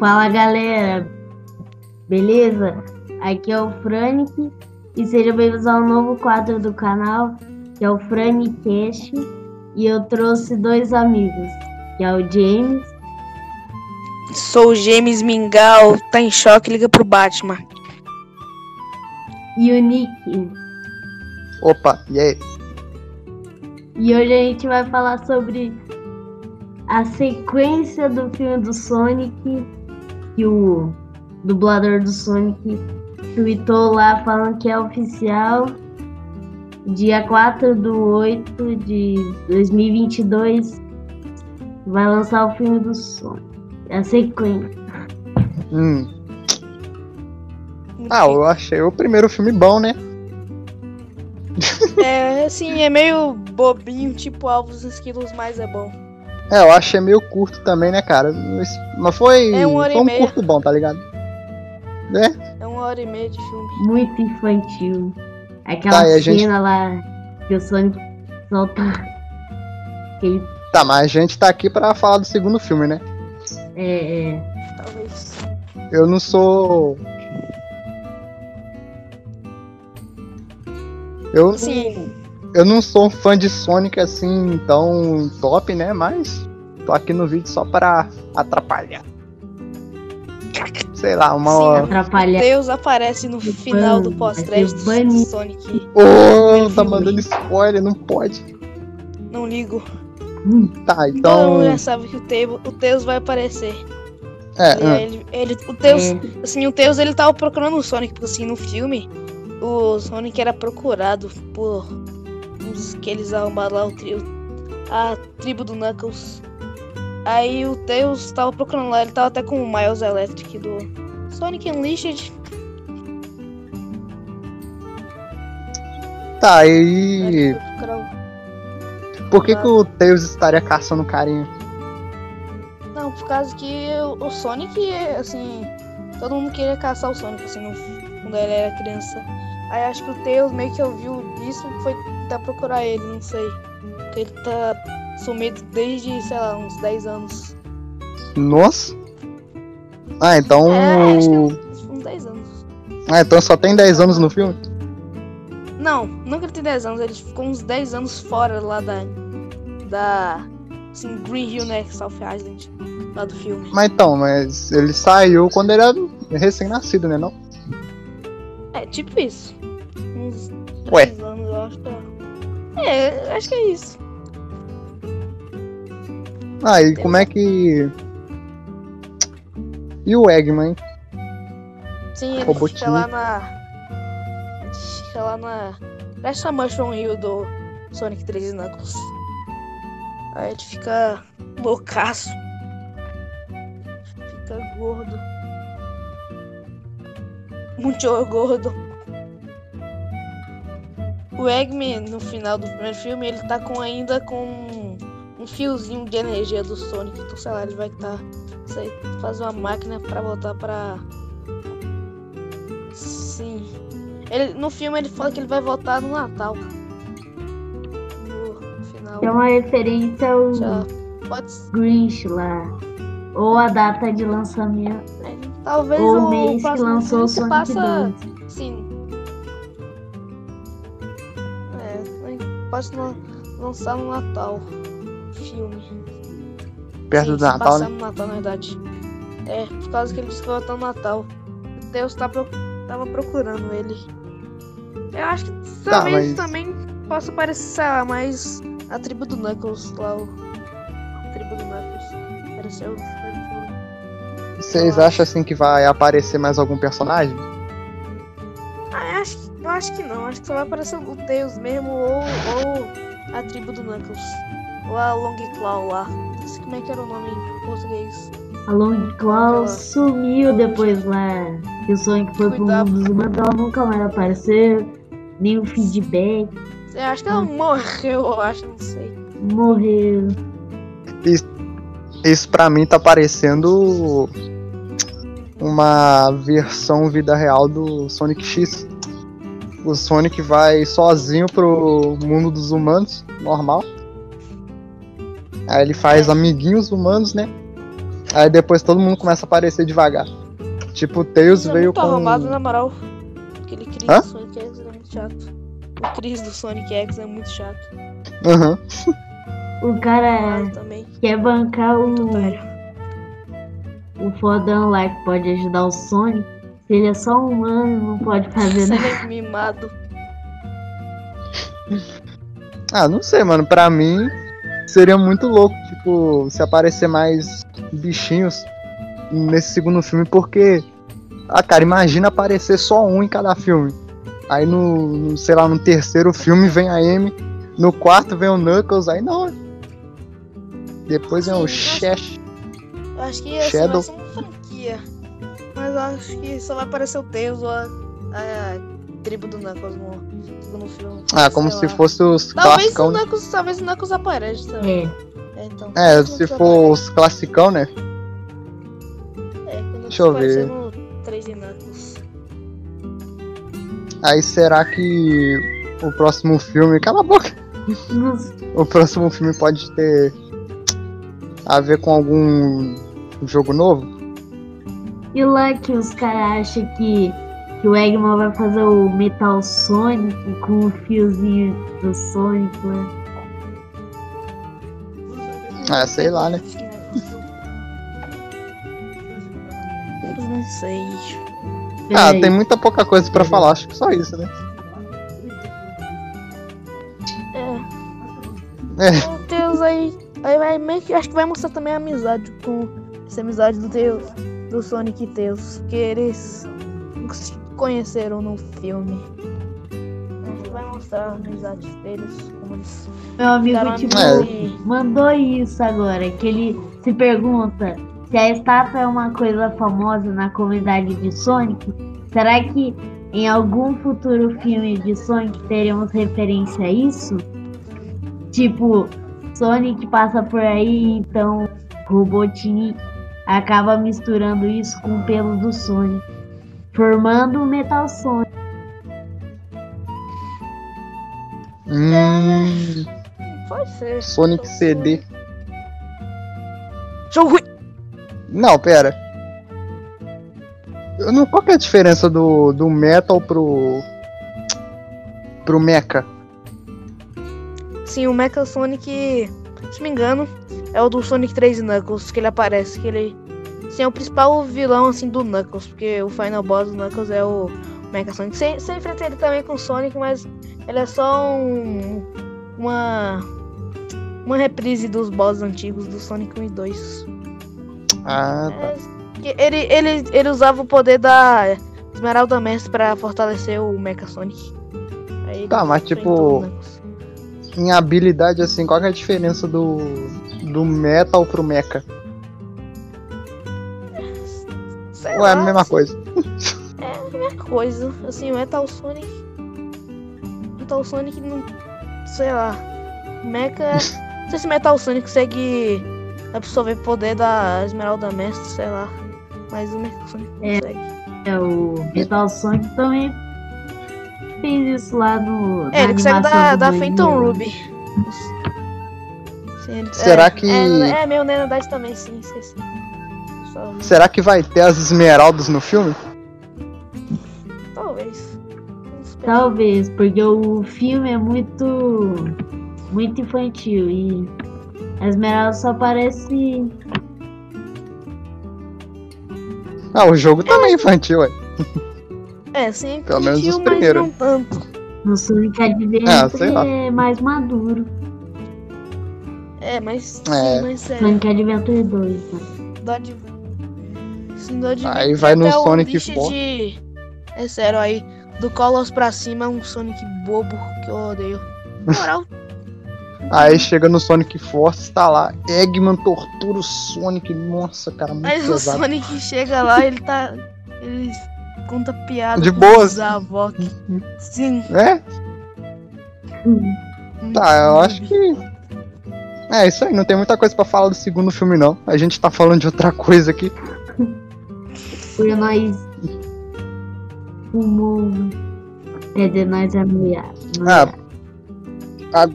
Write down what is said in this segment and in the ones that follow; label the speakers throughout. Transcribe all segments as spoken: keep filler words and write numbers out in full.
Speaker 1: Fala galera, beleza? Aqui é o Franic e sejam bem-vindos ao novo quadro do canal, que é o Franicast. E eu trouxe dois amigos, que é o James.
Speaker 2: Sou o James Mingau, tá em choque, liga pro Batman.
Speaker 1: E o Nick.
Speaker 3: Opa, e aí?
Speaker 1: E hoje a gente vai falar sobre a sequência do filme do Sonic, que o dublador do Sonic tweetou lá falando que é oficial. Dia quatro de oito de dois mil e vinte e dois vai lançar o filme do Sonic, a sequência.
Speaker 3: Hum. Ah, eu achei o primeiro filme bom, né?
Speaker 2: É, assim, é meio bobinho, tipo Alvos e Esquilos, mas é bom.
Speaker 3: É, eu achei meio curto também, né, cara? Mas foi,
Speaker 2: É uma hora
Speaker 3: foi
Speaker 2: e
Speaker 3: um
Speaker 2: meia.
Speaker 3: curto bom, tá ligado? É?
Speaker 2: É uma hora e meia de filme.
Speaker 1: Muito infantil. Aquela
Speaker 3: Tá, e a
Speaker 1: cena
Speaker 3: gente-
Speaker 1: lá que o Sonic solta aquele.
Speaker 3: Tá, mas a gente tá aqui pra falar do segundo filme, né?
Speaker 1: É, é,
Speaker 2: Talvez.
Speaker 3: Eu não sou... Eu,
Speaker 2: Sim,
Speaker 3: eu não sou um fã de Sonic assim tão top, né? Mas tô aqui no vídeo só pra atrapalhar. Sei lá, uma
Speaker 2: Sim.
Speaker 3: hora.
Speaker 1: atrapalhar.
Speaker 2: Deus aparece no final do pós-crédito
Speaker 1: Vai ser
Speaker 2: do
Speaker 1: banido.
Speaker 2: Sonic.
Speaker 3: Ô, tá mandando spoiler, não pode.
Speaker 2: Não ligo.
Speaker 1: Hum,
Speaker 3: Tá,
Speaker 2: Todo
Speaker 3: então.
Speaker 2: mundo já sabe que o Tails, o Tails vai aparecer.
Speaker 3: É,
Speaker 2: Ele,
Speaker 3: ah,
Speaker 2: ele, ele- o Tails,
Speaker 1: é.
Speaker 2: assim, o Tails ele tava procurando o Sonic, porque assim, no filme, o Sonic era procurado por uns que eles arrombaram lá, o trio, a tribo do Knuckles. Aí o Tails tava procurando lá, ele tava até com o Miles Electric do Sonic Unleashed.
Speaker 3: tá,
Speaker 2: Aí
Speaker 3: e.
Speaker 2: ele foi procurar o-
Speaker 3: Por que, que o Tails estaria caçando carinha?
Speaker 2: Não, por causa que o, o Sonic, assim, todo mundo queria caçar o Sonic, assim, no- quando ele era criança. Aí acho que o Tails meio que ouviu disso e foi tentar procurar ele, não sei. Porque ele tá sumido desde, sei lá, uns dez anos.
Speaker 3: Nossa! Ah, então.
Speaker 2: É, acho que uns, uns dez anos.
Speaker 3: Ah, então só tem dez anos no filme?
Speaker 2: Não, não que ele tem dez anos, ele ficou uns dez anos fora lá da. Da. Assim, Green Hill, né? South Island, lá do filme.
Speaker 3: Mas então, mas ele saiu quando ele era recém-nascido, né? Não?
Speaker 2: É, tipo isso. Uns
Speaker 3: Ué.
Speaker 2: três anos, eu acho que é. É, acho que é isso.
Speaker 3: Ah, e como é que. E o Eggman, hein?
Speaker 2: Sim, ele
Speaker 3: Robotinho.
Speaker 2: fica lá na. Ele fica lá na. Parece a Mushroom Hill do Sonic três Knuckles. Aí ele fica loucaço. Fica gordo. Muito gordo. O Eggman, no final do primeiro filme, ele tá com ainda com um fiozinho de energia do Sonic. Então, sei lá, ele vai estar. Sei, fazer uma máquina pra voltar pra. Sim. Ele, no filme ele fala que ele vai voltar no Natal. No final.
Speaker 1: É uma referência ao
Speaker 2: Já pode ser.
Speaker 1: Grinch lá. Ou a data de lançamento.
Speaker 2: Talvez
Speaker 1: Ou o
Speaker 2: o
Speaker 1: mês que
Speaker 2: próximo
Speaker 1: lançou o
Speaker 2: filme se
Speaker 1: Sonic
Speaker 2: passa.
Speaker 1: dois.
Speaker 2: Sim. É, pode lan- lançar no Natal. Filme.
Speaker 3: Perto
Speaker 2: Sim,
Speaker 3: do
Speaker 2: se
Speaker 3: Natal,
Speaker 2: passar
Speaker 3: né?
Speaker 2: no Natal, na verdade. É, por causa que ele disse que vai voltar no Natal. Deus tá pro- tava procurando ele. Eu acho que talvez
Speaker 3: mas-
Speaker 2: também possa aparecer, sei lá, mais a tribo do Knuckles lá. O... A tribo do Knuckles. Apareceu no primeiro filme.
Speaker 3: Vocês
Speaker 2: eu
Speaker 3: acham assim que vai aparecer mais algum personagem?
Speaker 2: Ah, eu acho, eu acho que não. Acho que só vai aparecer o Tails mesmo ou, ou a tribo do Knuckles. Ou a Long Claw lá. Não sei como é que era o nome em português.
Speaker 1: A Long Claw
Speaker 2: Aquela-
Speaker 1: sumiu depois lá que o Sonic foi pro
Speaker 2: Cuidado.
Speaker 1: mundo dos humanos, ela nunca mais apareceu, nenhum feedback,
Speaker 2: Eu acho que ela morreu, eu acho, não sei.
Speaker 1: morreu.
Speaker 3: Isso pra mim tá parecendo uma versão vida real do Sonic X. O Sonic vai sozinho pro mundo dos humanos, normal. Aí ele faz amiguinhos humanos, né? Aí depois todo mundo começa a aparecer devagar. Tipo, o Tails
Speaker 2: Ele é
Speaker 3: veio
Speaker 2: muito
Speaker 3: com...
Speaker 2: arrumado, na moral. Aquele Chris
Speaker 3: Hã?
Speaker 2: do Sonic X é muito chato. O Chris do Sonic X é muito chato.
Speaker 3: Aham.
Speaker 1: O cara
Speaker 2: Mas também.
Speaker 1: quer bancar o,
Speaker 2: Muito otário.
Speaker 1: o fodão lá que pode ajudar o Sonic. Se ele é só um humano, não pode fazer
Speaker 2: Ele
Speaker 1: nada.
Speaker 2: é mimado.
Speaker 3: Ah, não sei, mano. Pra mim, seria muito louco, tipo, se aparecer mais bichinhos nesse segundo filme, porque... Ah, cara, imagina aparecer só um em cada filme. Aí no, no, sei lá, no terceiro filme vem a Amy, no quarto vem o Knuckles, aí não. Depois vem o Shash.
Speaker 2: Eu acho que essa
Speaker 3: Shadow.
Speaker 2: vai ser uma franquia. Mas eu acho que só vai aparecer o Tails ou a, a tribo do Knuckles no segundo filme.
Speaker 3: Ah, como
Speaker 2: Sei
Speaker 3: se
Speaker 2: lá.
Speaker 3: fosse os
Speaker 2: Talvez o
Speaker 3: classicão.
Speaker 2: Knuckles, talvez o Knuckles apareça também.
Speaker 1: É,
Speaker 2: É, então.
Speaker 3: É,
Speaker 2: Knuckles
Speaker 3: se
Speaker 2: aparece.
Speaker 3: for os classicão, né?
Speaker 2: É, quando
Speaker 3: Deixa eu
Speaker 2: aparecer
Speaker 3: ver.
Speaker 2: no três D Knuckles.
Speaker 3: Aí será que o próximo filme... Cala a boca!
Speaker 1: não sei.
Speaker 3: O próximo filme pode ter a ver com algum jogo novo?
Speaker 1: E lá que os caras acham que, que o Eggman vai fazer o Metal Sonic com o fiozinho do Sonic, né?
Speaker 3: Ah, sei lá, né?
Speaker 2: Eu não sei.
Speaker 3: Ah,
Speaker 1: Peraí.
Speaker 3: tem muita pouca coisa pra falar, acho que só isso, né?
Speaker 2: É.
Speaker 3: É,
Speaker 2: O Tails aí. Aí vai meio que. Acho que vai mostrar também a amizade com. Essa amizade do Tails. Do Sonic e Tails. Que eles se conheceram no filme. Acho que vai mostrar a amizade deles. Como eles
Speaker 1: Meu amigo,
Speaker 2: ficaram
Speaker 1: tipo,
Speaker 2: amigos
Speaker 3: É.
Speaker 2: e-
Speaker 1: mandou isso agora, que ele se pergunta se a estátua é uma coisa famosa na comunidade de Sonic, será que em algum futuro filme de Sonic teremos referência a isso? Tipo, Sonic passa por aí, então Robotnik acaba misturando isso com o pelo do Sonic, formando o Metal Sonic.
Speaker 3: hum,
Speaker 2: Pode ser.
Speaker 3: Sonic C D.
Speaker 2: Jogo ruim.
Speaker 3: Não, pera. Eu não, qual que é a diferença do, do Metal pro. pro Mecha?
Speaker 2: Sim, o Mecha Sonic, se me engano, é o do Sonic três Knuckles, que ele aparece, que ele sim, é o principal vilão assim do Knuckles, porque o final boss do Knuckles é o Mecha Sonic. Você, você enfrenta ele também com o Sonic, mas ele é só um, uma uma reprise dos boss antigos do Sonic um e dois.
Speaker 3: Ah, tá.
Speaker 2: É, que ele, ele, ele usava o poder da Esmeralda Mestre pra fortalecer o Mecha Sonic. Aí ele
Speaker 3: Tá, mas,
Speaker 2: enfrentou
Speaker 3: tipo,
Speaker 2: o Knuckles.
Speaker 3: Em habilidade, assim, qual que é a diferença do. do Metal pro Mecha?
Speaker 2: Sei
Speaker 3: Ou é a
Speaker 2: lá,
Speaker 3: mesma
Speaker 2: assim,
Speaker 3: coisa?
Speaker 2: É a mesma coisa. Assim, o Metal Sonic. Metal Sonic não. Sei lá. Mecha. Não sei se Metal Sonic consegue absorver poder da Esmeralda Mestre, sei lá. Mas o Mecha Sonic
Speaker 1: É.
Speaker 2: consegue.
Speaker 1: É, o Metal Sonic também fez isso lá no.
Speaker 2: É, ele consegue da, da Phantom
Speaker 1: Ruby.
Speaker 2: Ruby. Sim, ele-
Speaker 3: Será
Speaker 2: é,
Speaker 3: que-
Speaker 2: É, é meio Nenadade também, sim, esqueci. Só-
Speaker 3: Será que vai ter as esmeraldas no filme?
Speaker 2: Talvez. Vamos esperar.
Speaker 1: Talvez, porque o filme é muito. muito infantil e a Esmeralda só aparece.
Speaker 3: Ah, o jogo também é infantil, ué.
Speaker 2: É, sim,
Speaker 3: Pelo menos os
Speaker 2: infantil, mas
Speaker 3: primeiros.
Speaker 2: não tanto.
Speaker 1: No Sonic Adventure
Speaker 3: Ah, sei lá.
Speaker 1: é mais maduro.
Speaker 2: É, mas
Speaker 3: É.
Speaker 2: sim, mas sério.
Speaker 1: Sonic Adventure dois, né?
Speaker 2: Dó de. Sim, dó de
Speaker 3: Aí
Speaker 2: ver
Speaker 3: vai no
Speaker 2: até o
Speaker 3: Sonic
Speaker 2: Beast
Speaker 3: Force.
Speaker 2: de. É sério, aí do Colossus pra cima é um Sonic bobo que eu odeio. Na moral,
Speaker 3: Aí chega no Sonic Force, tá lá, Eggman tortura o Sonic, nossa, cara, muito
Speaker 2: mas o
Speaker 3: pesado.
Speaker 2: Sonic chega lá, ele tá. Ele conta piada
Speaker 3: De
Speaker 2: com
Speaker 3: boas.
Speaker 2: os avós. Sim.
Speaker 3: É?
Speaker 2: muito
Speaker 3: Tá, eu
Speaker 2: noob.
Speaker 3: acho que. É isso aí, não tem muita coisa pra falar do segundo filme, não. A gente tá falando de outra coisa aqui.
Speaker 1: Porque nós. Fumou. Quer dizer, nós é mulher.
Speaker 3: Ah,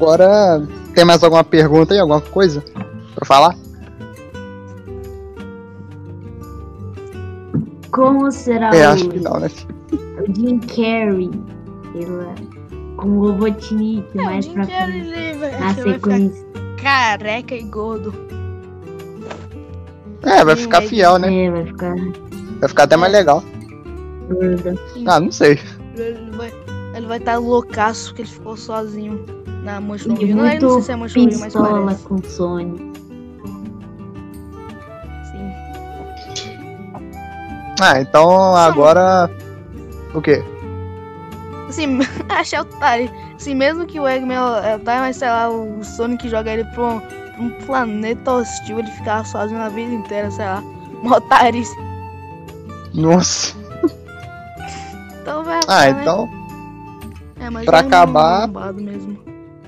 Speaker 3: agora. Tem mais alguma pergunta aí, alguma coisa pra falar?
Speaker 1: como será
Speaker 3: É,
Speaker 1: o,
Speaker 3: acho que não, né?
Speaker 1: o Jim Carrey, sei lá, com o Robotnik
Speaker 2: É, o
Speaker 1: mais
Speaker 2: Jim
Speaker 1: pra
Speaker 2: Carrey,
Speaker 1: frente,
Speaker 2: ele vai,
Speaker 1: na
Speaker 2: ele vai ficar
Speaker 1: sequência.
Speaker 2: careca e gordo.
Speaker 3: É, vai
Speaker 2: Sim,
Speaker 3: ficar
Speaker 2: Meg.
Speaker 3: fiel, né?
Speaker 1: É, vai ficar
Speaker 3: Vai ficar até mais
Speaker 2: É.
Speaker 3: legal.
Speaker 1: gorda.
Speaker 3: Ah, não sei.
Speaker 2: Ele vai ele vai estar loucaço porque ele ficou sozinho na Mansion
Speaker 1: E
Speaker 2: Rio. Não, eu não sei
Speaker 1: muito
Speaker 2: se é Mansion Rio, mas
Speaker 1: pistola
Speaker 2: parece.
Speaker 1: com Sonic.
Speaker 2: Sim.
Speaker 3: Ah, então agora. O quê?
Speaker 2: Assim, achei otário. Assim, mesmo que o Eggman é otário, mas sei lá, o Sonic joga ele pra um, pra um planeta hostil, ele ficar sozinho a vida inteira, sei lá. Uma otarice.
Speaker 3: Nossa.
Speaker 2: Então vai
Speaker 3: Ah,
Speaker 2: né?
Speaker 3: então.
Speaker 2: É, mas
Speaker 3: pra
Speaker 2: é um
Speaker 3: acabar-
Speaker 2: arrombado mesmo.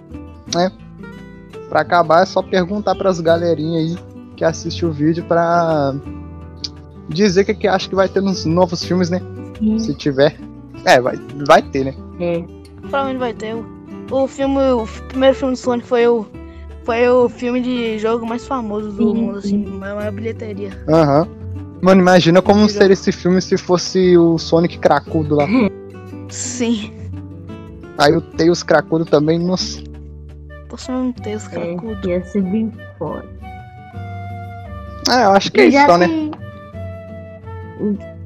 Speaker 3: Pra acabar, é só perguntar pras galerinhas aí que assiste o vídeo pra dizer o que, que acha que vai ter nos novos filmes, né?
Speaker 1: Sim,
Speaker 3: Se tiver. É, vai, vai ter, né?
Speaker 1: é.
Speaker 2: Provavelmente vai ter. O, o filme, o f- primeiro filme do Sonic foi o, foi o filme de jogo mais famoso do
Speaker 1: Sim,
Speaker 2: mundo,
Speaker 1: sim.
Speaker 2: assim, maior maior bilheteria.
Speaker 3: Aham. Mano, imagina como
Speaker 2: Legal.
Speaker 3: seria esse filme se fosse o Sonic cracudo lá.
Speaker 2: Sim.
Speaker 3: Aí o Tails cracudo também, nossa.
Speaker 2: Posso não ter os
Speaker 1: É,
Speaker 2: cracudos.
Speaker 1: ia ser bem foda.
Speaker 3: É, eu acho que é
Speaker 1: E
Speaker 3: isso,
Speaker 1: já
Speaker 3: então, né?
Speaker 1: tem